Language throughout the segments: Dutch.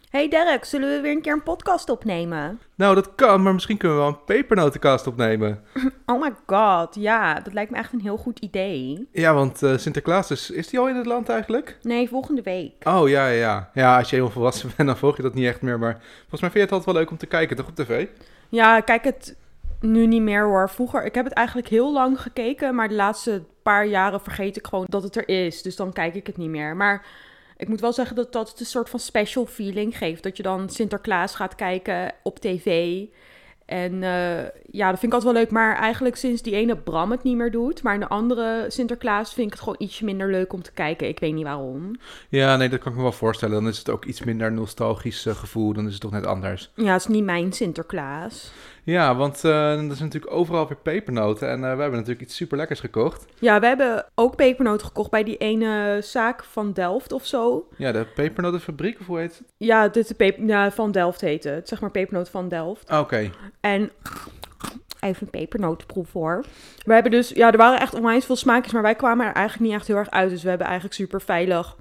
Hey Derek, zullen we weer een keer een podcast opnemen? Nou, dat kan, maar misschien kunnen we wel een pepernotencast opnemen. Oh my god, ja, dat lijkt me echt een heel goed idee. Ja, want Sinterklaas is die al in het land eigenlijk? Nee, volgende week. Oh, ja, ja, ja. Ja, als je helemaal volwassen bent, dan volg je dat niet echt meer. Maar volgens mij vind je het altijd wel leuk om te kijken, toch op tv? Ja, ik kijk het nu niet meer hoor. Vroeger, ik heb het eigenlijk heel lang gekeken, maar de laatste paar jaren vergeet ik gewoon dat het er is. Dus dan kijk ik het niet meer. Maar ik moet wel zeggen dat het een soort van special feeling geeft. Dat je dan Sinterklaas gaat kijken op tv. En ja, dat vind ik altijd wel leuk. Maar eigenlijk sinds die ene Bram het niet meer doet. Maar in de andere Sinterklaas vind ik het gewoon ietsje minder leuk om te kijken. Ik weet niet waarom. Ja, nee, dat kan ik me wel voorstellen. Dan is het ook iets minder nostalgisch gevoel. Dan is het toch net anders. Ja, het is niet mijn Sinterklaas. Ja, want er is natuurlijk overal weer pepernoten. En we hebben natuurlijk iets super lekkers gekocht. Ja, we hebben ook pepernoten gekocht bij die ene zaak van Delft of zo. Ja, de pepernotenfabriek, of hoe heet het? Ja, ja, van Delft heet het. Zeg maar pepernoten van Delft. Oké. En even een pepernotenproef hoor. We hebben dus, ja, er waren echt onwijs veel smaakjes, maar wij kwamen er eigenlijk niet echt heel erg uit. Dus we hebben eigenlijk super veilig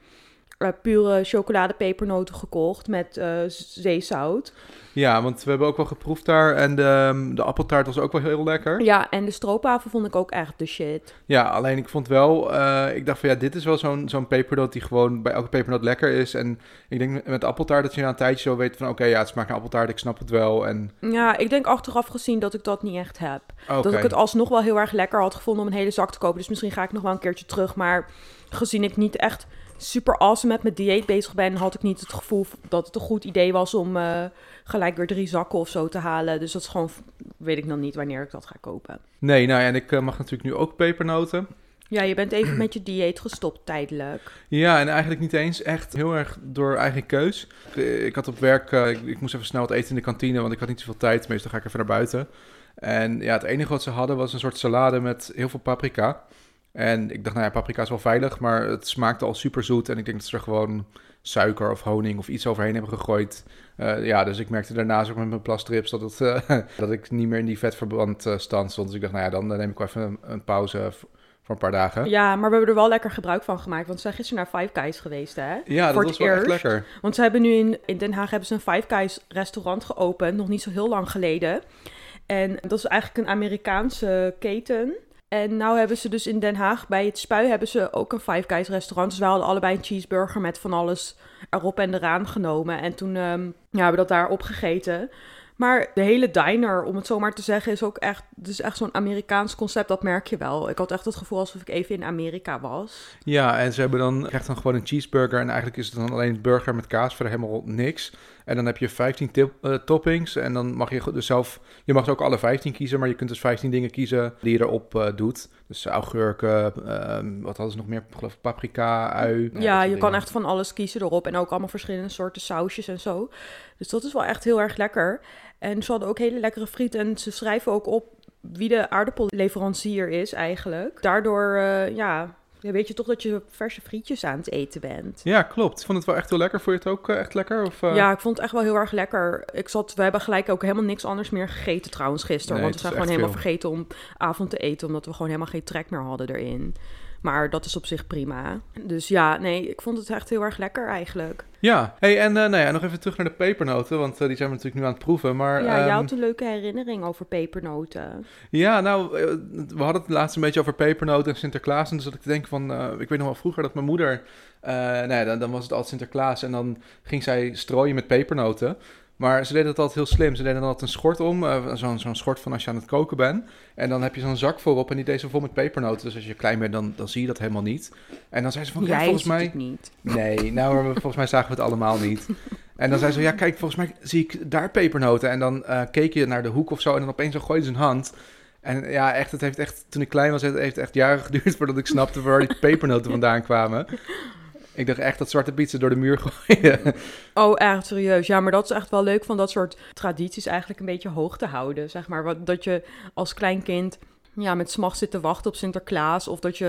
pure chocoladepepernoten gekocht met zeezout. Ja, want we hebben ook wel geproefd daar. En de appeltaart was ook wel heel lekker. Ja, en de stroopwafel vond ik ook echt de shit. Ja, alleen ik vond wel, ik dacht van ja, dit is wel zo'n pepernoot die gewoon bij elke pepernoot lekker is. En ik denk met appeltaart dat je na een tijdje zo weet van oké, ja, het smaakt naar appeltaart, ik snap het wel. En Ja, ik denk achteraf gezien dat ik dat niet echt heb. oké. Dat ik het alsnog wel heel erg lekker had gevonden om een hele zak te kopen. Dus misschien ga ik nog wel een keertje terug. Maar gezien ik niet echt super awesome met mijn dieet bezig ben, had ik niet het gevoel dat het een goed idee was om gelijk weer 3 zakken of zo te halen. Dus dat is gewoon, weet ik nog niet wanneer ik dat ga kopen. Nee, nou ja, en ik mag natuurlijk nu ook pepernoten. Ja, je bent even met je dieet gestopt tijdelijk. Ja, en eigenlijk niet eens echt heel erg door eigen keus. Ik had op werk, ik moest even snel wat eten in de kantine, want ik had niet zoveel tijd. Meestal ga ik even naar buiten. En ja, het enige wat ze hadden was een soort salade met heel veel paprika. En ik dacht, nou ja, paprika is wel veilig, maar het smaakte al super zoet. En ik denk dat ze er gewoon suiker of honing of iets overheen hebben gegooid. Ja, dus ik merkte daarna ook met mijn plastrips dat ik niet meer in die vetverband stand stond. Dus ik dacht, nou ja, dan neem ik wel even een pauze voor een paar dagen. Ja, maar we hebben er wel lekker gebruik van gemaakt. Want we zijn gisteren naar Five Guys geweest, hè? Ja, dat voor was het wel eerst. echt lekker. Want ze hebben nu in Den Haag hebben ze een Five Guys restaurant geopend. Nog niet zo heel lang geleden. En dat is eigenlijk een Amerikaanse keten. En nou hebben ze dus in Den Haag bij het Spui hebben ze ook een Five Guys restaurant. Dus we hadden allebei een cheeseburger met van alles erop en eraan genomen. En toen hebben we dat daar opgegeten. Maar de hele diner, om het zo maar te zeggen, is ook echt, dus echt zo'n Amerikaans concept. Dat merk je wel. Ik had echt het gevoel alsof ik even in Amerika was. Ja, en ze hebben dan, krijgt dan gewoon een cheeseburger. En eigenlijk is het dan alleen een burger met kaas, verder helemaal niks. En dan heb je 15 toppings. En dan mag je dus zelf, je mag ook alle 15 kiezen. Maar je kunt dus 15 dingen kiezen die je erop doet. Dus augurken, wat hadden ze nog meer? Ik geloof paprika, ui. Ja, je kan echt van alles kiezen erop. En ook allemaal verschillende soorten sausjes en zo. Dus dat is wel echt heel erg lekker. En ze hadden ook hele lekkere friet. En ze schrijven ook op wie de aardappelleverancier is eigenlijk. Daardoor, weet je toch dat je verse frietjes aan het eten bent. Ja, klopt. Ik vond het wel echt heel lekker. Vond je het ook echt lekker? Of, Ja, ik vond het echt wel heel erg lekker. We hebben gelijk ook helemaal niks anders meer gegeten trouwens gisteren. Nee, want we zijn gewoon helemaal veel. vergeten om avond te eten. Omdat we gewoon helemaal geen trek meer hadden erin. Maar dat is op zich prima. Dus ja, nee, ik vond het echt heel erg lekker eigenlijk. Ja, hey, en nou ja, nog even terug naar de pepernoten, want die zijn we natuurlijk nu aan het proeven. Maar, Ja, jij had een leuke herinnering over pepernoten. Ja, nou, we hadden het laatst een beetje over pepernoten en Sinterklaas. En dus dat ik te denken van, ik weet nog wel vroeger dat mijn moeder, dan was het altijd Sinterklaas en dan ging zij strooien met pepernoten. Maar ze deden dat altijd heel slim. Ze deden dan altijd een schort om, zo'n schort van als je aan het koken bent. En dan heb je zo'n zak voorop en die deed ze vol met pepernoten. Dus als je klein bent, dan zie je dat helemaal niet. En dan zei ze van, kijk, Jij volgens ziet mij... het niet. Nee, nou, volgens mij zagen we het allemaal niet. En dan zei ze, ja, kijk, volgens mij zie ik daar pepernoten. En dan keek je naar de hoek of zo en dan opeens zo gooide ze een hand. En ja, echt, het heeft echt, toen ik klein was, het heeft echt jaren geduurd voordat ik snapte waar die pepernoten vandaan kwamen. Ik dacht echt dat Zwarte Piet ze door de muur gooien. Oh, echt serieus. Ja, maar dat is echt wel leuk van dat soort tradities eigenlijk een beetje hoog te houden. Zeg maar, dat je als klein kind met smacht zit te wachten op Sinterklaas. Of dat je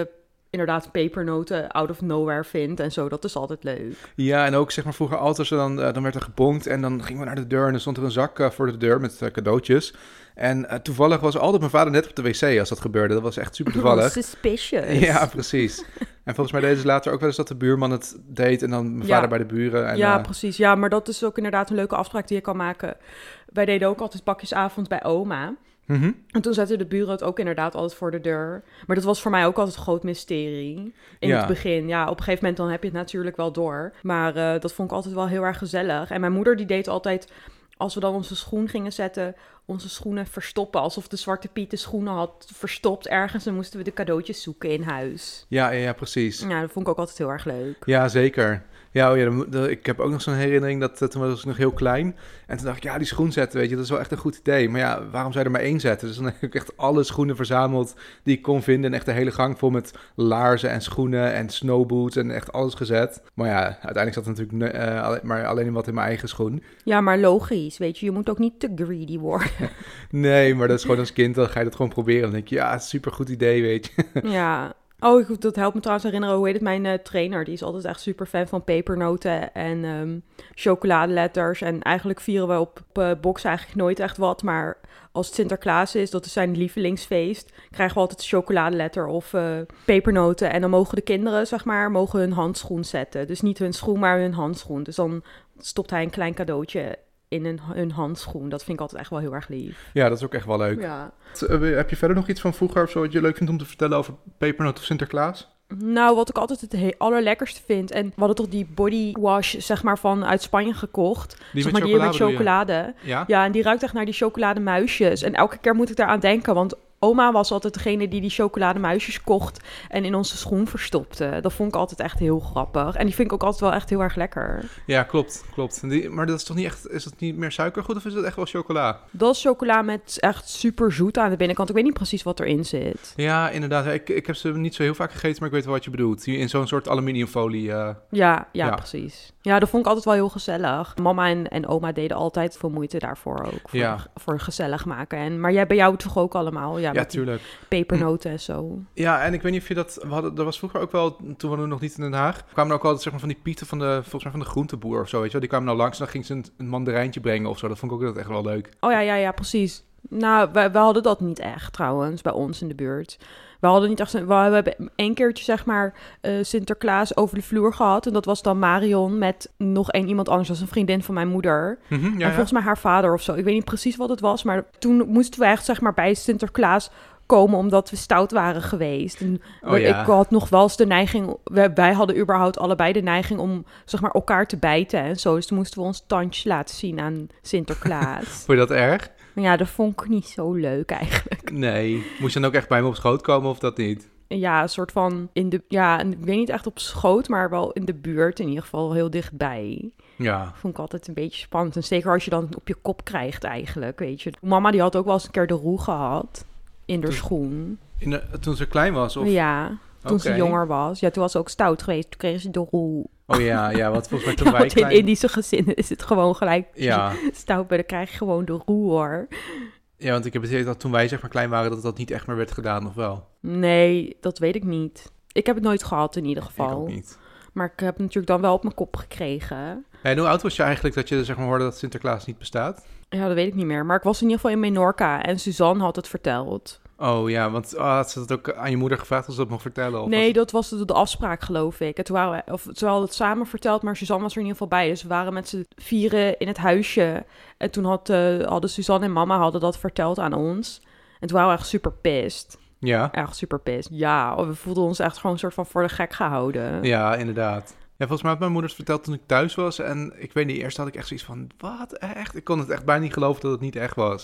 inderdaad pepernoten out of nowhere vindt en zo. Dat is altijd leuk. Ja, en ook zeg maar vroeger altijd dan werd er gebonkt en dan gingen we naar de deur en dan stond er een zak voor de deur met cadeautjes. En toevallig was altijd mijn vader net op de wc als dat gebeurde. Dat was echt super toevallig. Suspicious. Ja, precies. En volgens mij deden ze later ook wel eens dat de buurman het deed en dan mijn vader bij de buren. En, ja, precies. Ja, maar dat is ook inderdaad een leuke afspraak die je kan maken. Wij deden ook altijd pakjesavond bij oma. Mm-hmm. En toen zetten de buren het ook inderdaad altijd voor de deur. Maar dat was voor mij ook altijd een groot mysterie. In het begin. Ja, op een gegeven moment dan heb je het natuurlijk wel door. Maar dat vond ik altijd wel heel erg gezellig. En mijn moeder die deed altijd, als we dan onze schoen gingen zetten, onze schoenen verstoppen. Alsof de Zwarte Piet de schoenen had verstopt ergens. En moesten we de cadeautjes zoeken in huis. Ja, precies. Ja, dat vond ik ook altijd heel erg leuk. Ja, zeker. Ja, ik heb ook nog zo'n herinnering dat toen was ik nog heel klein. En toen dacht ik, ja, die schoen zetten, weet je, dat is wel echt een goed idee. Maar ja, waarom zou je er maar één zetten? Dus dan heb ik echt alle schoenen verzameld die ik kon vinden. En echt de hele gang vol met laarzen en schoenen en snowboots en echt alles gezet. Maar ja, uiteindelijk zat er natuurlijk maar alleen wat in mijn eigen schoen. Ja, maar logisch, weet je moet ook niet te greedy worden. Nee, maar dat is gewoon als kind, dan ga je dat gewoon proberen. Dan denk je, ja, super goed idee, weet je. Ja. Oh, dat helpt me trouwens herinneren, hoe heet het, mijn trainer, die is altijd echt super fan van pepernoten en chocoladeletters. En eigenlijk vieren we op box eigenlijk nooit echt wat, maar als het Sinterklaas is, dat is zijn lievelingsfeest, krijgen we altijd chocoladeletter of pepernoten. En dan mogen de kinderen, zeg maar, mogen hun handschoen zetten. Dus niet hun schoen, maar hun handschoen. Dus dan stopt hij een klein cadeautje in hun handschoen. Dat vind ik altijd echt wel heel erg lief. Ja, dat is ook echt wel leuk. Ja. Heb je verder nog iets van vroeger of zo wat je leuk vindt om te vertellen over pepernoot of Sinterklaas? Nou, wat ik altijd het allerlekkerste vind, en we hadden toch die body wash, zeg maar, van uit Spanje gekocht. Die zeg met maar, chocolade die met chocolade. Ja? Ja, en die ruikt echt naar die chocolademuisjes. En elke keer moet ik daaraan denken, want oma was altijd degene die chocolademuisjes kocht en in onze schoen verstopte. Dat vond ik altijd echt heel grappig. En die vind ik ook altijd wel echt heel erg lekker. Ja, klopt. Maar dat is toch niet echt, is dat niet meer suikergoed of is dat echt wel chocola? Dat is chocola met echt super zoet aan de binnenkant. Ik weet niet precies wat erin zit. Ja, inderdaad. Ik heb ze niet zo heel vaak gegeten, maar ik weet wel wat je bedoelt. In zo'n soort aluminiumfolie. Ja, precies. Ja, dat vond ik altijd wel heel gezellig. Mama en oma deden altijd veel moeite daarvoor ook. Voor gezellig maken. Maar jij bij jou toch ook allemaal? Ja, tuurlijk. Pepernoten en zo. Ja, en ik weet niet of je dat... Er was vroeger ook wel, toen we nog niet in Den Haag, kwamen er ook altijd zeg maar van die pieten volgens mij van de groenteboer of zo, weet je wel. Die kwamen nou langs en dan ging ze een mandarijntje brengen of zo. Dat vond ik ook echt wel leuk. Oh ja, precies. Nou, we hadden dat niet echt trouwens, bij ons in de buurt. We hadden niet echt... We hebben één keertje, zeg maar, Sinterklaas over de vloer gehad. En dat was dan Marion met nog iemand anders. Dat was een vriendin van mijn moeder. Mm-hmm, en volgens mij haar vader of zo. Ik weet niet precies wat het was. Maar toen moesten we echt, zeg maar, bij Sinterklaas komen omdat we stout waren geweest. En ik had nog wel eens de neiging... Wij hadden überhaupt allebei de neiging om, zeg maar, elkaar te bijten en zo. Dus toen moesten we ons tandjes laten zien aan Sinterklaas. Vond je dat erg? Ja, dat vond ik niet zo leuk eigenlijk. Nee. Moest je dan ook echt bij me op schoot komen of dat niet? Ja, een soort van ik weet niet echt op schoot, maar wel in de buurt, in ieder geval heel dichtbij. Ja. Vond ik altijd een beetje spannend. En zeker als je dan op je kop krijgt eigenlijk, weet je. Mama die had ook wel eens een keer de roe gehad in de schoen. Toen ze klein was? Of? Ja, toen ze jonger was. Ja, toen was ze ook stout geweest. Toen kreeg ze de roe. Oh ja, wat volgens mij toen wij in Indische gezinnen is het gewoon gelijk stout, maar dan krijg je gewoon de roe, hoor. Ja, want ik heb het idee dat toen wij, zeg maar, klein waren, dat niet echt meer werd gedaan, of wel? Nee, dat weet ik niet. Ik heb het nooit gehad in ieder geval. Ik ook niet. Maar ik heb het natuurlijk dan wel op mijn kop gekregen. En hoe oud was je eigenlijk dat je, zeg maar, hoorde dat Sinterklaas niet bestaat? Ja, dat weet ik niet meer. Maar ik was in ieder geval in Menorca en Suzanne had het verteld. Oh ja, want had ze dat ook aan je moeder gevraagd als ze dat mocht vertellen? Of nee, dat was de afspraak, geloof ik. Ze hadden het samen verteld, maar Suzanne was er in ieder geval bij. Dus we waren met z'n vieren in het huisje. En toen hadden Suzanne en mama dat verteld aan ons. En toen waren we echt super pissed. Ja? Echt super pissed. Ja, we voelden ons echt gewoon een soort van voor de gek gehouden. Ja, inderdaad. Ja, volgens mij had mijn moeder het verteld toen ik thuis was. En ik weet niet, eerst had ik echt zoiets van, wat, echt? Ik kon het echt bijna niet geloven dat het niet echt was.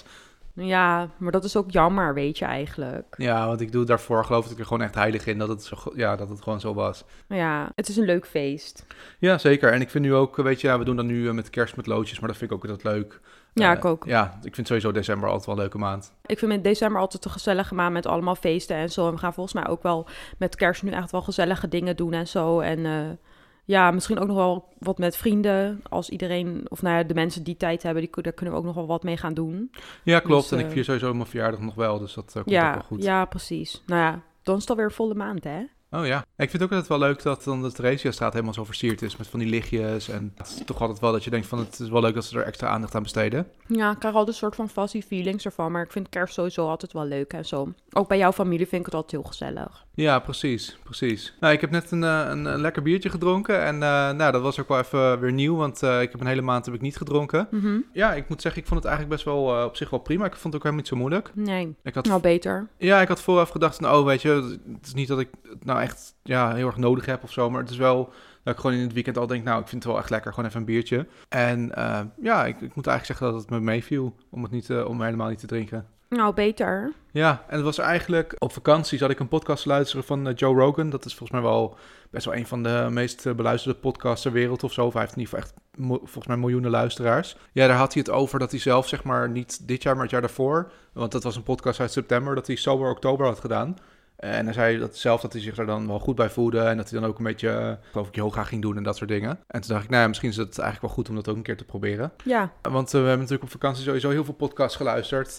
Ja, maar dat is ook jammer, weet je eigenlijk. Ja, want ik doe daarvoor, geloof ik er gewoon echt heilig in dat het gewoon zo was. Ja, het is een leuk feest. Ja, zeker. En ik vind nu ook, weet je, we doen dan nu met kerst met loodjes, maar dat vind ik ook altijd leuk. Ja, ik ook. Ja, ik vind sowieso december altijd wel een leuke maand. Ik vind met december altijd een gezellige maand met allemaal feesten en zo. En we gaan volgens mij ook wel met kerst nu echt wel gezellige dingen doen en zo. En ja, misschien ook nog wel wat met vrienden. Als iedereen, of nou ja, de mensen die tijd hebben, daar kunnen we ook nog wel wat mee gaan doen. Ja, klopt. Dus, en ik vier sowieso mijn verjaardag nog wel, dus dat komt ook wel goed. Ja, precies. Nou ja, dan is het alweer volle maand, hè? Oh ja. Ik vind het ook altijd wel leuk dat dan de Theresiastraat helemaal zo versierd is met van die lichtjes. En het is toch altijd wel dat je denkt van het is wel leuk dat ze er extra aandacht aan besteden. Ja, ik krijg altijd een soort van fuzzy feelings ervan. Maar ik vind kerst sowieso altijd wel leuk en zo. Ook bij jouw familie vind ik het altijd heel gezellig. Ja, precies. Nou, ik heb net een lekker biertje gedronken. En nou, dat was ook wel even weer nieuw, want ik heb een hele maand niet gedronken. Mm-hmm. Ja, ik moet zeggen, ik vond het eigenlijk best wel op zich wel prima. Ik vond het ook helemaal niet zo moeilijk. Nee, Ik had nou beter. Ja, ik had vooraf gedacht, nou weet je, het is niet dat ik het nou echt heel erg nodig heb of zo, maar het is wel dat ik gewoon in het weekend al denk, nou, ik vind het wel echt lekker, gewoon even een biertje. En ik moet eigenlijk zeggen dat het me meeviel om helemaal niet te drinken. Nou, beter. Ja, en het was eigenlijk op vakantie zat ik een podcast luisteren van Joe Rogan. Dat is volgens mij wel best wel een van de meest beluisterde podcasts ter wereld of zo. Of hij heeft in ieder geval echt volgens mij miljoenen luisteraars. Ja, daar had hij het over dat hij zelf zeg maar niet dit jaar, maar het jaar daarvoor, want dat was een podcast uit september, dat hij Sober Oktober had gedaan. En hij zei dat zelf dat hij zich er dan wel goed bij voelde en dat hij dan ook een beetje, geloof ik, yoga ging doen en dat soort dingen. En toen dacht ik, nou ja, misschien is het eigenlijk wel goed om dat ook een keer te proberen. Ja. Want we hebben natuurlijk op vakantie sowieso heel veel podcasts geluisterd.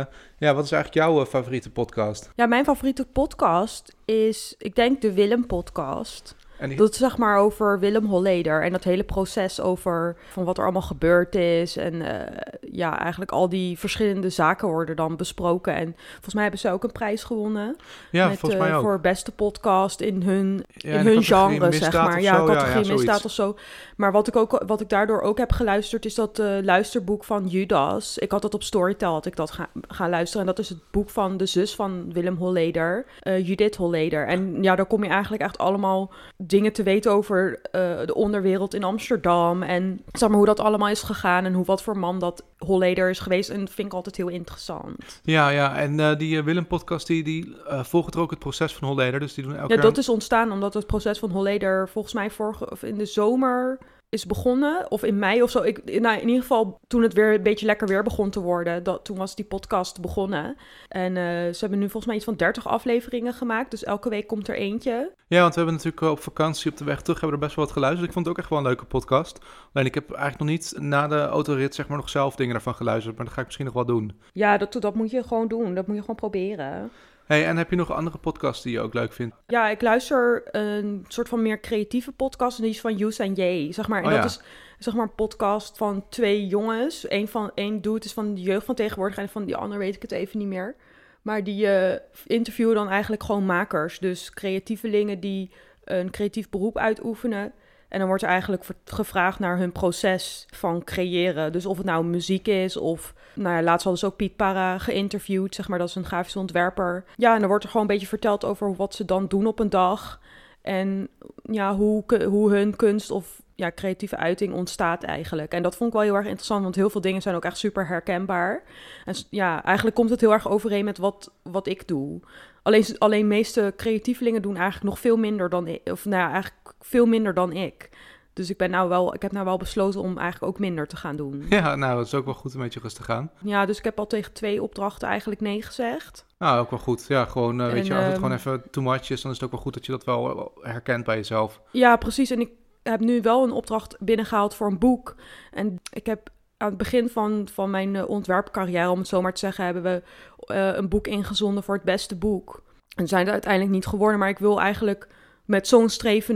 Wat is eigenlijk jouw favoriete podcast? Ja, mijn favoriete podcast is, ik denk, de Willem-podcast. En Dat is zeg maar over Willem Holleder en dat hele proces over van wat er allemaal gebeurd is. En eigenlijk al die verschillende zaken worden dan besproken. En volgens mij hebben ze ook een prijs gewonnen. Ja, volgens mij ook. Voor beste podcast in hun genre, zeg maar. Ja, categorie misdaad of zo. Maar wat ik daardoor ook heb geluisterd is dat luisterboek van Judas. Ik had dat op Storytel, gaan luisteren. En dat is het boek van de zus van Willem Holleder, Judith Holleder. En ja, daar kom je eigenlijk echt allemaal dingen te weten over de onderwereld in Amsterdam. En zeg maar hoe dat allemaal is gegaan en wat voor man dat Holleder is geweest. En dat vind ik altijd heel interessant. Ja, en die Willem-podcast die volgt er ook het proces van Holleder. Dus die doen elke keer... dat is ontstaan omdat het proces van Holleder volgens mij in de zomer is begonnen, of in mei of zo. In ieder geval toen het weer een beetje lekker weer begon te worden, toen was die podcast begonnen. En ze hebben nu volgens mij iets van 30 afleveringen gemaakt, dus elke week komt er eentje. Ja, want we hebben natuurlijk op vakantie op de weg terug hebben we er best wel wat geluisterd. Ik vond het ook echt wel een leuke podcast. Alleen ik heb eigenlijk nog niet na de autorit zeg maar nog zelf dingen daarvan geluisterd, maar dat ga ik misschien nog wel doen. Ja, dat moet je gewoon doen. Dat moet je gewoon proberen. Hey, en heb je nog andere podcasts die je ook leuk vindt? Ja, ik luister een soort van meer creatieve podcast. En die is van Youssef en Jay, zeg maar. En dat is zeg maar een podcast van 2 jongens. Eén dude is van de jeugd van tegenwoordig en van die andere weet ik het even niet meer. Maar die interviewen dan eigenlijk gewoon makers. Dus creatievelingen die een creatief beroep uitoefenen. En dan wordt er eigenlijk gevraagd naar hun proces van creëren. Dus of het nou muziek is of... Nou ja, laatst hadden ze ook Piet Parra geïnterviewd, zeg maar. Dat is een grafisch ontwerper. Ja, en dan wordt er gewoon een beetje verteld over wat ze dan doen op een dag. En ja, hoe hun kunst of creatieve uiting ontstaat eigenlijk. En dat vond ik wel heel erg interessant, want heel veel dingen zijn ook echt super herkenbaar. En ja, eigenlijk komt het heel erg overeen met wat ik doe. Alleen meeste creatievelingen doen eigenlijk nog veel minder dan ik. Of nou ja, eigenlijk veel minder dan ik. Dus ik heb nou wel besloten om eigenlijk ook minder te gaan doen. Ja, nou, dat is ook wel goed een beetje rustig gaan. Ja, dus ik heb al tegen 2 opdrachten eigenlijk nee gezegd. Nou, ook wel goed. Ja, gewoon, weet je, als het gewoon even too much is, dan is het ook wel goed dat je dat wel herkent bij jezelf. Ja, precies. En ik heb nu wel een opdracht binnengehaald voor een boek. En ik heb aan het begin van mijn ontwerpcarrière, om het zo maar te zeggen, hebben we een boek ingezonden voor het beste boek. En zijn er uiteindelijk niet geworden, maar ik wil eigenlijk met zo'n streven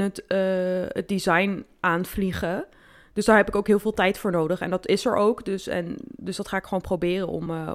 het design aanvliegen. Dus daar heb ik ook heel veel tijd voor nodig. En dat is er ook. Dus dat ga ik gewoon proberen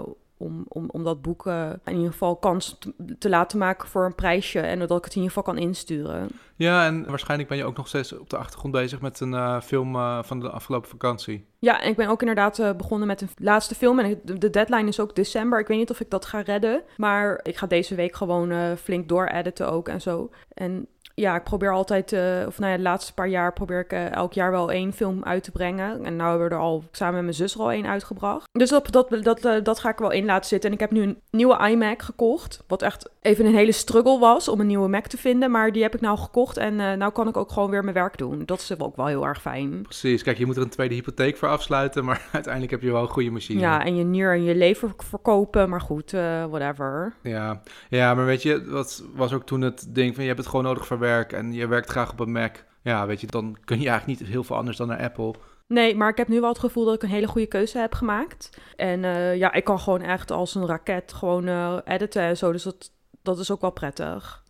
om dat boek in ieder geval kans te laten maken voor een prijsje. En dat ik het in ieder geval kan insturen. Ja, en waarschijnlijk ben je ook nog steeds op de achtergrond bezig met een film van de afgelopen vakantie. Ja, en ik ben ook inderdaad begonnen met een laatste film. En de deadline is ook december. Ik weet niet of ik dat ga redden. Maar ik ga deze week gewoon flink door-editen ook en zo. En ja, ik probeer altijd, de laatste paar jaar probeer ik elk jaar wel 1 film uit te brengen. En nou hebben we er al samen met mijn zus er al 1 uitgebracht. Dus dat ga ik wel in laten zitten. En ik heb nu een nieuwe iMac gekocht. Wat echt even een hele struggle was om een nieuwe Mac te vinden. Maar die heb ik nou gekocht. En nou kan ik ook gewoon weer mijn werk doen. Dat is ook wel heel erg fijn. Precies. Kijk, je moet er een tweede hypotheek voor afsluiten. Maar uiteindelijk heb je wel een goede machine. Ja, en je nier en je lever verkopen. Maar goed, whatever. Ja, maar weet je, dat was ook toen het ding van je hebt het gewoon nodig voor werk en je werkt graag op een Mac. Ja, weet je, dan kun je eigenlijk niet heel veel anders dan naar Apple. Nee, maar ik heb nu wel het gevoel dat ik een hele goede keuze heb gemaakt. En ik kan gewoon echt als een raket gewoon editen en zo. Dus dat is ook wel prettig.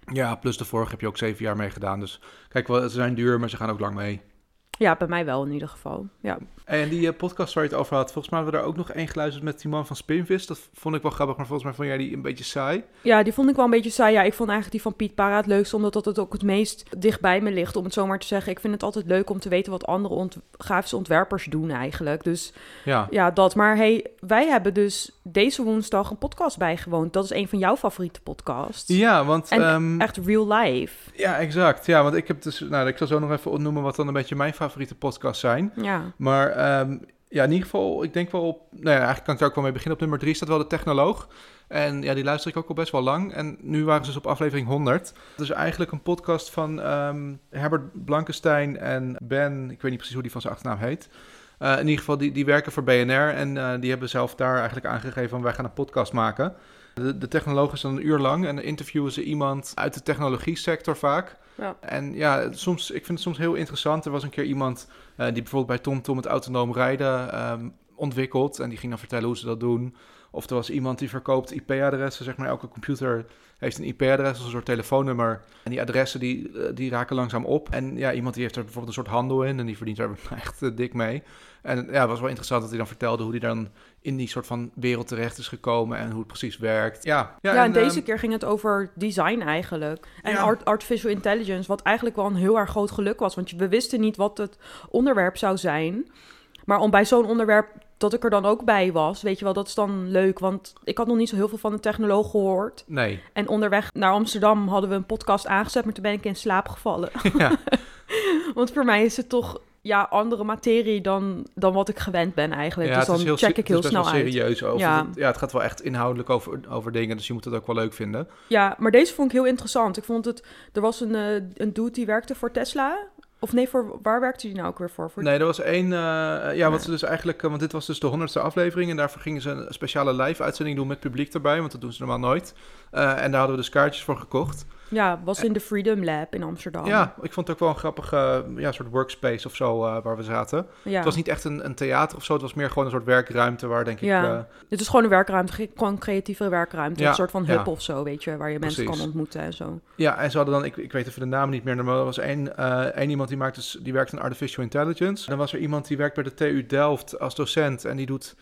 Ja, plus de vorige heb je ook 7 jaar mee gedaan. Dus kijk, ze zijn duur, maar ze gaan ook lang mee. Ja, bij mij wel in ieder geval, ja. En die podcast waar je het over had, volgens mij hebben we daar ook nog één geluisterd met die man van Spinvis. Dat vond ik wel grappig, maar volgens mij vond jij die een beetje saai. Ja, die vond ik wel een beetje saai. Ja, ik vond eigenlijk die van Piet Para het leukste, omdat dat het ook het meest dichtbij me ligt, om het zo maar te zeggen. Ik vind het altijd leuk om te weten wat andere grafische ontwerpers doen eigenlijk. Dus ja, dat. Maar hey, wij hebben dus deze woensdag een podcast bijgewoond. Dat is een van jouw favoriete podcasts. Ja, want... En echt real life. Ja, exact. Ja, want ik heb dus... Nou, ik zal zo nog even opnoemen wat dan een beetje mijn favoriete podcasts zijn. Ja. Maar ja, in ieder geval, ik denk wel op... Nou ja, eigenlijk kan ik daar ook wel mee beginnen. Op nummer 3 staat wel de Technoloog. En ja, die luister ik ook al best wel lang. En nu waren ze dus op aflevering 100. Dat is eigenlijk een podcast van Herbert Blankenstein en Ben... Ik weet niet precies hoe die van zijn achternaam heet. In ieder geval, die werken voor BNR. En die hebben zelf daar eigenlijk aangegeven van... wij gaan een podcast maken. De Technoloog is dan 1 uur lang. En dan interviewen ze iemand uit de technologie sector vaak. Ja. En ja, ik vind het soms heel interessant. Er was een keer iemand die bijvoorbeeld bij TomTom het autonoom rijden ontwikkelt. En die ging dan vertellen hoe ze dat doen. Of er was iemand die verkoopt IP-adressen. Zeg maar, elke computer heeft een IP-adres als een soort telefoonnummer. En die adressen die raken langzaam op. En ja, iemand die heeft er bijvoorbeeld een soort handel in. En die verdient er echt dik mee. En ja, het was wel interessant dat hij dan vertelde hoe hij dan in die soort van wereld terecht is gekomen en hoe het precies werkt. Ja, en deze keer ging het over design eigenlijk. En artificial intelligence, wat eigenlijk wel een heel erg groot geluk was. Want we wisten niet wat het onderwerp zou zijn. Maar om bij zo'n onderwerp dat ik er dan ook bij was, weet je wel, dat is dan leuk. Want ik had nog niet zo heel veel van de Technoloog gehoord. Nee. En onderweg naar Amsterdam hadden we een podcast aangezet, maar toen ben ik in slaap gevallen. Ja. Want voor mij is het toch... Ja, andere materie dan wat ik gewend ben eigenlijk. Ja, dus dan check ik heel snel uit. Het is serieus over. Ja. Het gaat wel echt inhoudelijk over dingen, dus je moet het ook wel leuk vinden. Ja, maar deze vond ik heel interessant. Ik vond het... Er was een dude die werkte voor Tesla. Of nee, waar werkte hij nou ook weer voor? Nee, er was één... wat ze dus eigenlijk... want dit was dus de 100ste aflevering. En daarvoor gingen ze een speciale live-uitzending doen met publiek erbij. Want dat doen ze normaal nooit. En daar hadden we dus kaartjes voor gekocht. Ja, was in de Freedom Lab in Amsterdam. Ja, ik vond het ook wel een grappige soort workspace of zo waar we zaten. Ja. Het was niet echt een theater of zo. Het was meer gewoon een soort werkruimte waar denk ik... Dit is gewoon een werkruimte, gewoon een creatieve werkruimte. Een soort van hub of zo, weet je, waar je mensen kan ontmoeten en zo. Ja, en ze hadden dan... Ik weet even de naam niet meer, maar er was één iemand die werkt aan artificial intelligence. En dan was er iemand die werkt bij de TU Delft als docent en die doet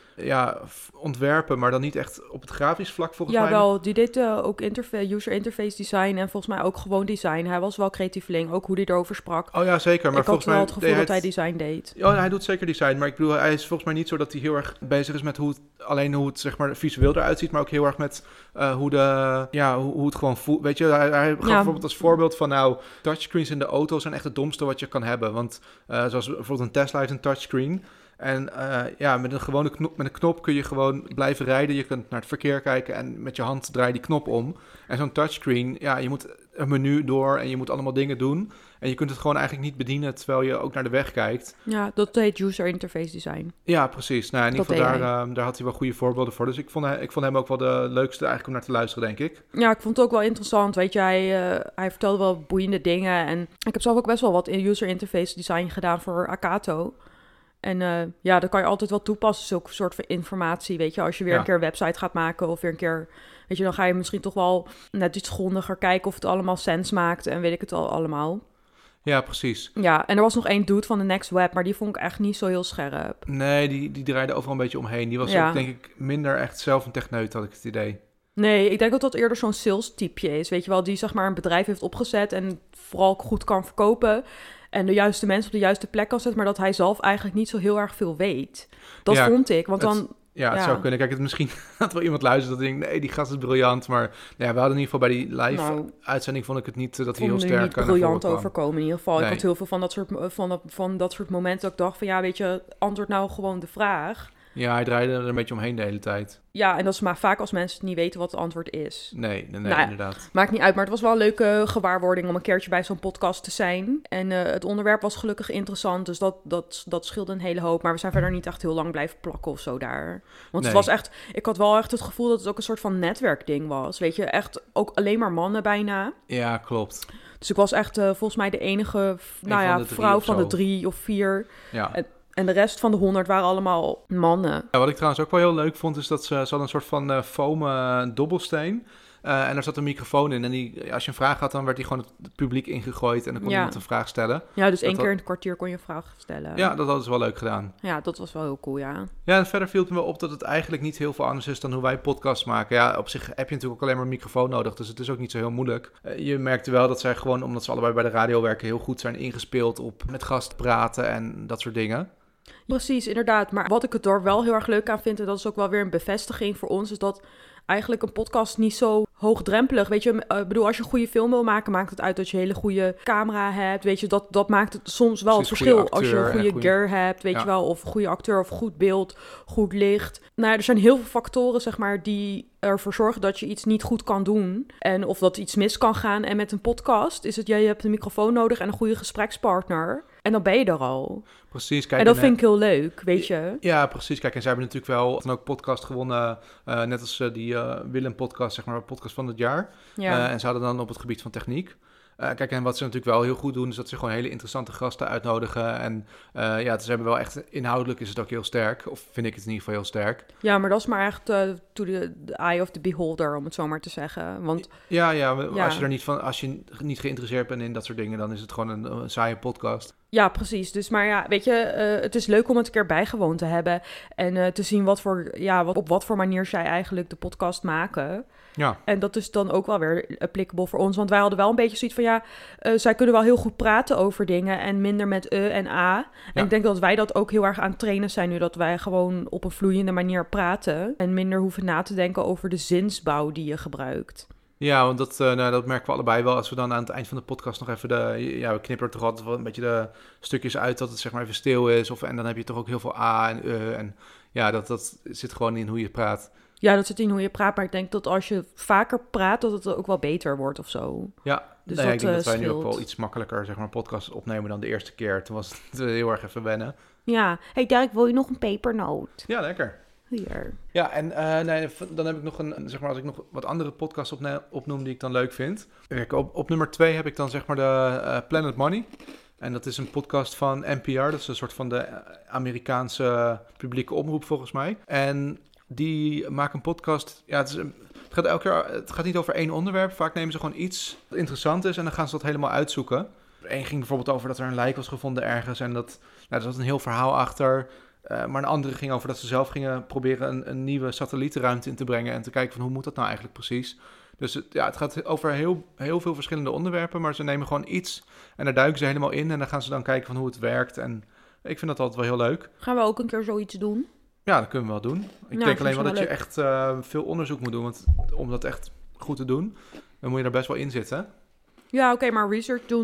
ontwerpen, maar dan niet echt op het grafisch vlak volgens mij. Ja, wel. Die deed ook user interface design en volgens mij ook gewoon design. Hij was wel creatieveling, ook hoe hij erover sprak. Oh ja, zeker. Maar ik had wel het gevoel dat hij design deed. Ja, hij doet zeker design, maar ik bedoel, hij is volgens mij niet zo dat hij heel erg bezig is met hoe het zeg maar visueel eruit ziet, maar ook heel erg met hoe het gewoon voelt. Weet je, hij gaf bijvoorbeeld als voorbeeld van touchscreens in de auto zijn echt het domste wat je kan hebben, want zoals bijvoorbeeld een Tesla heeft een touchscreen. En met een gewone knop kun je gewoon blijven rijden. Je kunt naar het verkeer kijken en met je hand draai je die knop om. En zo'n touchscreen, je moet een menu door en je moet allemaal dingen doen. En je kunt het gewoon eigenlijk niet bedienen terwijl je ook naar de weg kijkt. Ja, dat heet user interface design. Ja, precies. Nou, in ieder geval daar had hij wel goede voorbeelden voor. Dus ik vond hem ook wel de leukste eigenlijk om naar te luisteren, denk ik. Ja, ik vond het ook wel interessant. Weet je, hij vertelde wel boeiende dingen. En ik heb zelf ook best wel wat in user interface design gedaan voor Akato. En dat kan je altijd wel toepassen, zulke soort van informatie, weet je. Als je weer een keer een website gaat maken of weer een keer... Weet je, dan ga je misschien toch wel net iets grondiger kijken of het allemaal sens maakt en weet ik het al allemaal. Ja, precies. Ja, en er was nog één dude van de Next Web, maar die vond ik echt niet zo heel scherp. Nee, die draaide overal een beetje omheen. Die was ook, denk ik, minder echt zelf een techneut, had ik het idee. Nee, ik denk dat dat eerder zo'n sales-typeje is, weet je wel. Die zeg maar een bedrijf heeft opgezet en vooral goed kan verkopen... En de juiste mensen op de juiste plek kan zetten... maar dat hij zelf eigenlijk niet zo heel erg veel weet. Dat vond ik, want dan... Het zou kunnen. Kijk, misschien had wel iemand luisteren dat denkt... nee, die gast is briljant. Maar we hadden in ieder geval bij die live-uitzending... vond ik het niet dat hij heel sterk niet briljant overkomen in ieder geval. Nee. Ik had heel veel van dat soort momenten... dat ik dacht van weet je, antwoord nou gewoon de vraag... Ja, hij draaide er een beetje omheen de hele tijd. Ja, en dat is maar vaak als mensen niet weten wat het antwoord is. Nee, inderdaad. Maakt niet uit, maar het was wel een leuke gewaarwording om een keertje bij zo'n podcast te zijn. En het onderwerp was gelukkig interessant, dus dat scheelde een hele hoop. Maar we zijn verder niet echt heel lang blijven plakken of zo daar. Want het was echt, ik had wel echt het gevoel dat het ook een soort van netwerkding was. Weet je, echt ook alleen maar mannen bijna. Ja, klopt. Dus ik was echt volgens mij de enige vrouw van de 3 of 4. Ja. En de rest van de 100 waren allemaal mannen. Ja, wat ik trouwens ook wel heel leuk vond, is dat ze hadden een soort van foam dobbelsteen. En daar zat een microfoon in. En als je een vraag had, dan werd die gewoon het publiek ingegooid. En dan kon iemand een vraag stellen. Ja, dus 1 keer in het kwartier kon je een vraag stellen. Ja, dat hadden ze wel leuk gedaan. Ja, dat was wel heel cool, ja. Ja, en verder viel het me wel op dat het eigenlijk niet heel veel anders is dan hoe wij podcasts maken. Ja, op zich heb je natuurlijk ook alleen maar een microfoon nodig. Dus het is ook niet zo heel moeilijk. Je merkte wel dat zij gewoon, omdat ze allebei bij de radio werken, heel goed zijn ingespeeld op met gasten praten en dat soort dingen. Precies, inderdaad. Maar wat ik het er wel heel erg leuk aan vind, en dat is ook wel weer een bevestiging voor ons, is dat eigenlijk een podcast niet zo hoogdrempelig. Weet je, ik bedoel, als je een goede film wil maken, maakt het uit dat je een hele goede camera hebt. Weet je, dat maakt het soms wel Precies, het verschil. acteur, Als je een goede gear hebt, weet je wel, of een goede acteur, of goed beeld, goed licht. Nou, er zijn heel veel factoren, zeg maar, die ervoor zorgen dat je iets niet goed kan doen. En of dat iets mis kan gaan. En met een podcast is het, je hebt een microfoon nodig en een goede gesprekspartner. En dan ben je er al. Precies. Kijk, en dat vind ik heel leuk, weet je. Ja, precies. Kijk, en zij hebben natuurlijk wel dan ook podcast gewonnen. Net als die Willem podcast, zeg maar, podcast van het jaar. Ja. En ze hadden dan op het gebied van techniek. Kijk, en wat ze natuurlijk wel heel goed doen, is dat ze gewoon hele interessante gasten uitnodigen. En ze hebben wel echt, inhoudelijk is het ook heel sterk. Of vind ik het in ieder geval heel sterk. Ja, maar dat is maar echt to the eye of the beholder, om het zo maar te zeggen. Want, als je niet geïnteresseerd bent in dat soort dingen, dan is het gewoon een saaie podcast. Ja, precies. Dus, maar ja, weet je, het is leuk om het een keer bijgewoond te hebben. En te zien op wat voor manier zij eigenlijk de podcast maken. Ja. En dat is dan ook wel weer applicable voor ons. Want wij hadden wel een beetje zoiets van, zij kunnen wel heel goed praten over dingen en minder met en a. En Ja. ik denk dat wij dat ook heel erg aan het trainen zijn nu. Dat wij gewoon op een vloeiende manier praten. En minder hoeven na te denken over de zinsbouw die je gebruikt. Ja, want dat merken we allebei wel. Als we dan aan het eind van de podcast nog even we knipperen toch altijd wel een beetje de stukjes uit dat het zeg maar even stil is. En dan heb je toch ook heel veel a en en ja, dat zit gewoon in hoe je praat. Ja, dat zit in hoe je praat, maar ik denk dat als je vaker praat, dat het ook wel beter wordt of zo. Ja, dus ik denk dat wij nu scheelt. ook wel iets makkelijker zeg maar podcast opnemen dan de eerste keer. Toen was het heel erg even wennen. Ja, hey Dirk, wil je nog een pepernoot? Ja, lekker. Hier. Ja, en dan heb ik nog zeg maar, als ik nog wat andere podcasts opnoem die ik dan leuk vind. Kijk, op nummer 2 heb ik dan zeg maar de Planet Money. En dat is een podcast van NPR, dat is een soort van de Amerikaanse publieke omroep volgens mij. En die maken een podcast, ja, het gaat niet over één onderwerp. Vaak nemen ze gewoon iets dat interessant is en dan gaan ze dat helemaal uitzoeken. Eén ging bijvoorbeeld over dat er een lijk was gevonden ergens en er zat een heel verhaal achter. Maar een andere ging over dat ze zelf gingen proberen een nieuwe satellietenruimte in te brengen en te kijken van hoe moet dat nou eigenlijk precies. Dus het gaat over heel, heel veel verschillende onderwerpen, maar ze nemen gewoon iets en daar duiken ze helemaal in en dan gaan ze dan kijken van hoe het werkt. En ik vind dat altijd wel heel leuk. Gaan we ook een keer zoiets doen? Ja, dat kunnen we wel doen. Ik denk alleen wel dat je echt veel onderzoek moet doen, want om dat echt goed te doen, dan moet je er best wel in zitten. Ja, oké, maar research doen,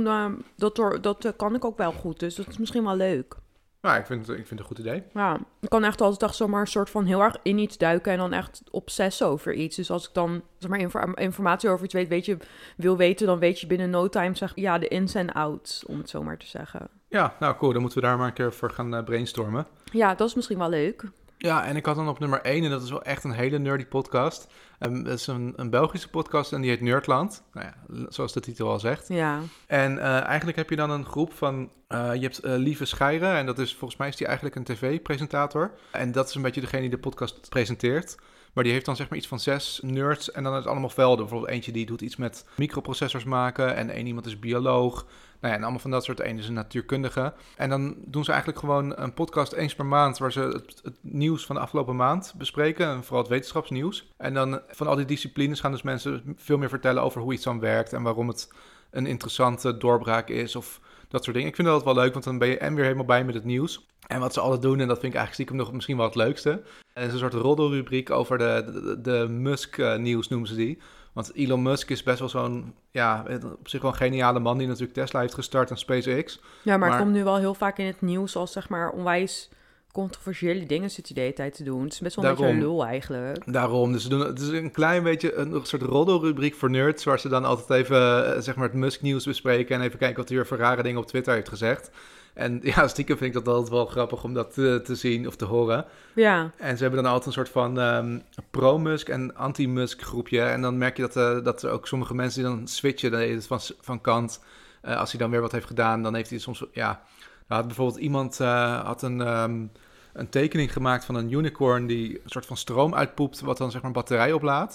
dat kan ik ook wel goed, dus dat is misschien wel leuk. Nou, ik vind het een goed idee. Ja, ik kan echt altijd echt zomaar een soort van heel erg in iets duiken en dan echt obsessen over iets. Dus als ik dan zeg maar informatie over iets wil weten, dan weet je binnen no time de ins en outs, om het zo maar te zeggen. Ja, nou cool, dan moeten we daar maar een keer voor gaan brainstormen. Ja, dat is misschien wel leuk. Ja, en ik had dan op nummer 1, en dat is wel echt een hele nerdy podcast. Dat is een Belgische podcast en die heet Nerdland. Nou ja, zoals de titel al zegt. Ja. En eigenlijk heb je dan een groep van... je hebt Lieve Scheiren en dat is volgens mij is die eigenlijk een tv-presentator. En dat is een beetje degene die de podcast presenteert. Maar die heeft dan zeg maar iets van 6 nerds en dan is het allemaal velden. Bijvoorbeeld eentje die doet iets met microprocessors maken en één iemand is bioloog. Nou ja, en allemaal van dat soort. Eén is een natuurkundige. En dan doen ze eigenlijk gewoon een podcast eens per maand waar ze het nieuws van de afgelopen maand bespreken. En vooral het wetenschapsnieuws. En dan van al die disciplines gaan dus mensen veel meer vertellen over hoe iets dan werkt en waarom het een interessante doorbraak is of dat soort dingen. Ik vind dat wel leuk, want dan ben je weer helemaal bij met het nieuws. En wat ze altijd doen, en dat vind ik eigenlijk stiekem nog misschien wel het leukste. En het is een soort roddelrubriek over de Musk-nieuws noemen ze die. Want Elon Musk is best wel zo'n, op zich wel een geniale man die natuurlijk Tesla heeft gestart en SpaceX. Ja, maar het komt nu wel heel vaak in het nieuws als zeg maar onwijs controversiële dingen zit hij de hele tijd te doen. Het is best wel een beetje een lul eigenlijk. Daarom, dus het is een klein beetje een soort roddelrubriek voor nerds, waar ze dan altijd even zeg maar het Musk-nieuws bespreken en even kijken wat hij weer voor rare dingen op Twitter heeft gezegd. En ja, stiekem vind ik dat altijd wel grappig om dat te zien of te horen. Ja. En ze hebben dan altijd een soort van pro-Musk en anti-Musk groepje. En dan merk je dat er ook sommige mensen die dan switchen dan van kant. Als hij dan weer wat heeft gedaan, dan heeft hij soms... Ja, had bijvoorbeeld iemand had een tekening gemaakt van een unicorn die een soort van stroom uitpoept, wat dan zeg maar een batterij oplaadt.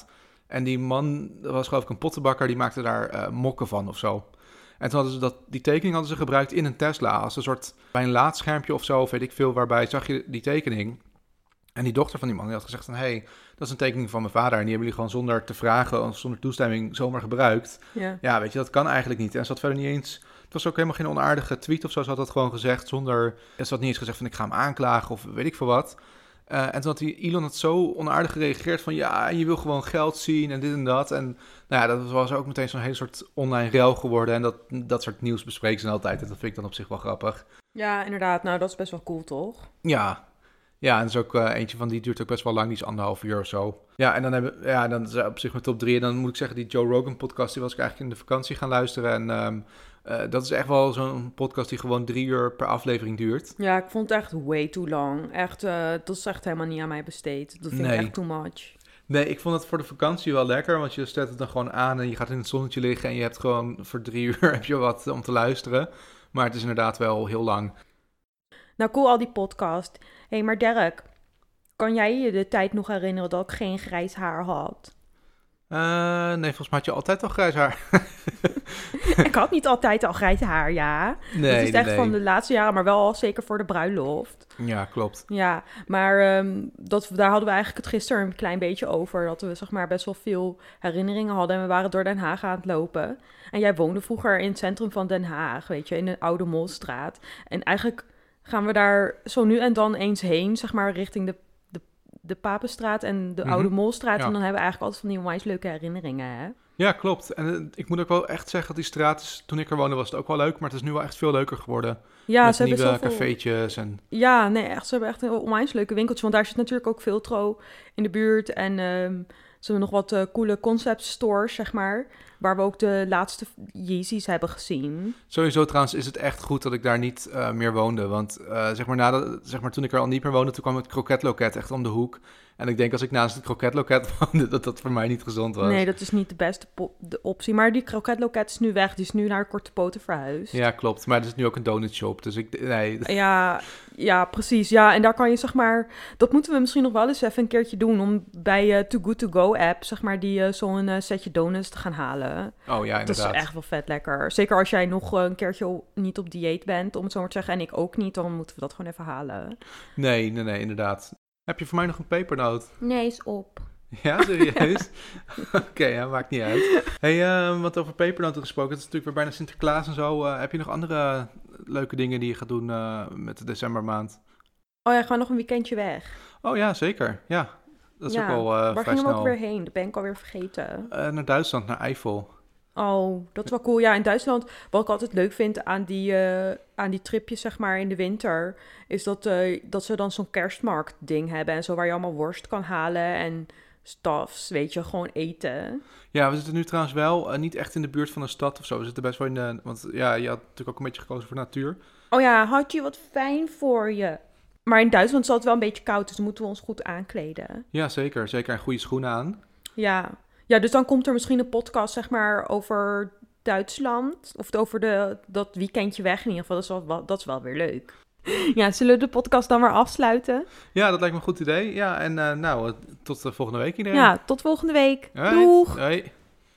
En die man, dat was geloof ik een pottenbakker, die maakte daar mokken van of zo. En toen hadden ze die tekening hadden ze gebruikt in een Tesla. Als een soort, bij een laadschermpje of zo, of weet ik veel, waarbij zag je die tekening. En die dochter van die man die had gezegd van, hey, dat is een tekening van mijn vader. En die hebben jullie gewoon zonder te vragen, of zonder toestemming, zomaar gebruikt. Ja. Ja, weet je, dat kan eigenlijk niet. En ze had verder niet eens, het was ook helemaal geen onaardige tweet of zo. Ze had dat gewoon gezegd zonder, ze had niet eens gezegd van, ik ga hem aanklagen of weet ik veel wat. En toen had Elon het zo onaardig gereageerd van, ja, je wil gewoon geld zien en dit en dat. En nou ja, dat was ook meteen zo'n hele soort online rel geworden. En dat soort nieuws bespreken ze altijd. En dat vind ik dan op zich wel grappig. Ja, inderdaad. Nou, dat is best wel cool, toch? Ja, en er is ook eentje van, die duurt ook best wel lang. Die is 1,5 uur of zo. Ja, en dan is op zich mijn top 3. En dan moet ik zeggen, die Joe Rogan podcast, die was ik eigenlijk in de vakantie gaan luisteren. En dat is echt wel zo'n podcast die gewoon 3 uur per aflevering duurt. Ja, ik vond het echt way too lang. Echt, dat is echt helemaal niet aan mij besteed. Dat vind ik echt too much. Nee, ik vond het voor de vakantie wel lekker, want je zet het dan gewoon aan en je gaat in het zonnetje liggen en je hebt gewoon voor 3 uur heb je wat om te luisteren. Maar het is inderdaad wel heel lang. Nou, cool al die podcast. Hé, maar Dirk, kan jij je de tijd nog herinneren dat ik geen grijs haar had? Nee, volgens mij had je altijd al grijs haar. Ik had niet altijd al grijs haar, ja. Nee, dat is echt van de laatste jaren, maar wel al zeker voor de bruiloft. Ja, klopt. Ja, maar daar hadden we eigenlijk het gisteren een klein beetje over. Dat we zeg maar best wel veel herinneringen hadden. En we waren door Den Haag aan het lopen. En jij woonde vroeger in het centrum van Den Haag, weet je, in de Oude Molstraat. En eigenlijk gaan we daar zo nu en dan eens heen, zeg maar, richting de Papenstraat en de Oude Molstraat. Ja. En dan hebben we eigenlijk altijd van die onwijs leuke herinneringen, hè? Ja, klopt. En ik moet ook wel echt zeggen dat die straat, toen ik er woonde, was het ook wel leuk. Maar het is nu wel echt veel leuker geworden. Ja, met ze hebben nieuwe zoveel cafeetjes en... Ja, nee, echt. Ze hebben echt een onwijs leuke winkeltje. Want daar zit natuurlijk ook Viltro in de buurt. En ze hebben nog wat coole concept stores, zeg maar. Waar we ook de laatste Yeezys hebben gezien. Sowieso trouwens is het echt goed dat ik daar niet meer woonde. Want zeg maar, toen ik er al niet meer woonde, toen kwam het kroketloket echt om de hoek. En ik denk als ik naast het kroketloket woonde, dat voor mij niet gezond was. Nee, dat is niet de beste de optie. Maar die kroketloket is nu weg. Die is nu naar Korte Poten verhuisd. Ja, klopt. Maar er is nu ook een donutshop. Dus nee. Ja, precies. Ja, en daar kan je zeg maar... Dat moeten we misschien nog wel eens even een keertje doen. Om bij Too Good To Go app, zeg maar, zo'n setje donuts te gaan halen. Oh ja, inderdaad. Dat is echt wel vet lekker. Zeker als jij nog een keertje niet op dieet bent, om het zo maar te zeggen. En ik ook niet, dan moeten we dat gewoon even halen. Nee, inderdaad. Heb je voor mij nog een pepernoot? Nee, is op. Ja, serieus? Oké, ja, maakt niet uit. Hey, wat over pepernoten gesproken. Het is natuurlijk weer bijna Sinterklaas en zo. Heb je nog andere leuke dingen die je gaat doen met de decembermaand? Oh ja, gewoon nog een weekendje weg. Oh ja, zeker. Ja, dat is ook wel waar vrij gingen we snel. ook weer heen? Dat ben ik alweer vergeten. Naar Duitsland, naar Eifel. Oh, dat is wel cool. Ja, in Duitsland, wat ik altijd leuk vind aan die tripjes, zeg maar, in de winter, is dat ze dan zo'n kerstmarkt ding hebben en zo, waar je allemaal worst kan halen en stuffs, weet je, gewoon eten. Ja, we zitten nu trouwens wel niet echt in de buurt van een stad of zo. We zitten best wel in de... Want ja, je had natuurlijk ook een beetje gekozen voor natuur. Oh ja, had je wat fijn voor je. Maar in Duitsland zal het wel een beetje koud, dus moeten we ons goed aankleden. Ja, zeker. Zeker. En goede schoenen aan. Ja, dus dan komt er misschien een podcast, zeg maar, over Duitsland. Of over dat weekendje weg in ieder geval. Dat is wel weer leuk. Ja, zullen we de podcast dan maar afsluiten? Ja, dat lijkt me een goed idee. Ja, en tot de volgende week iedereen. Ja, tot volgende week. Alright. Doeg! Hoi.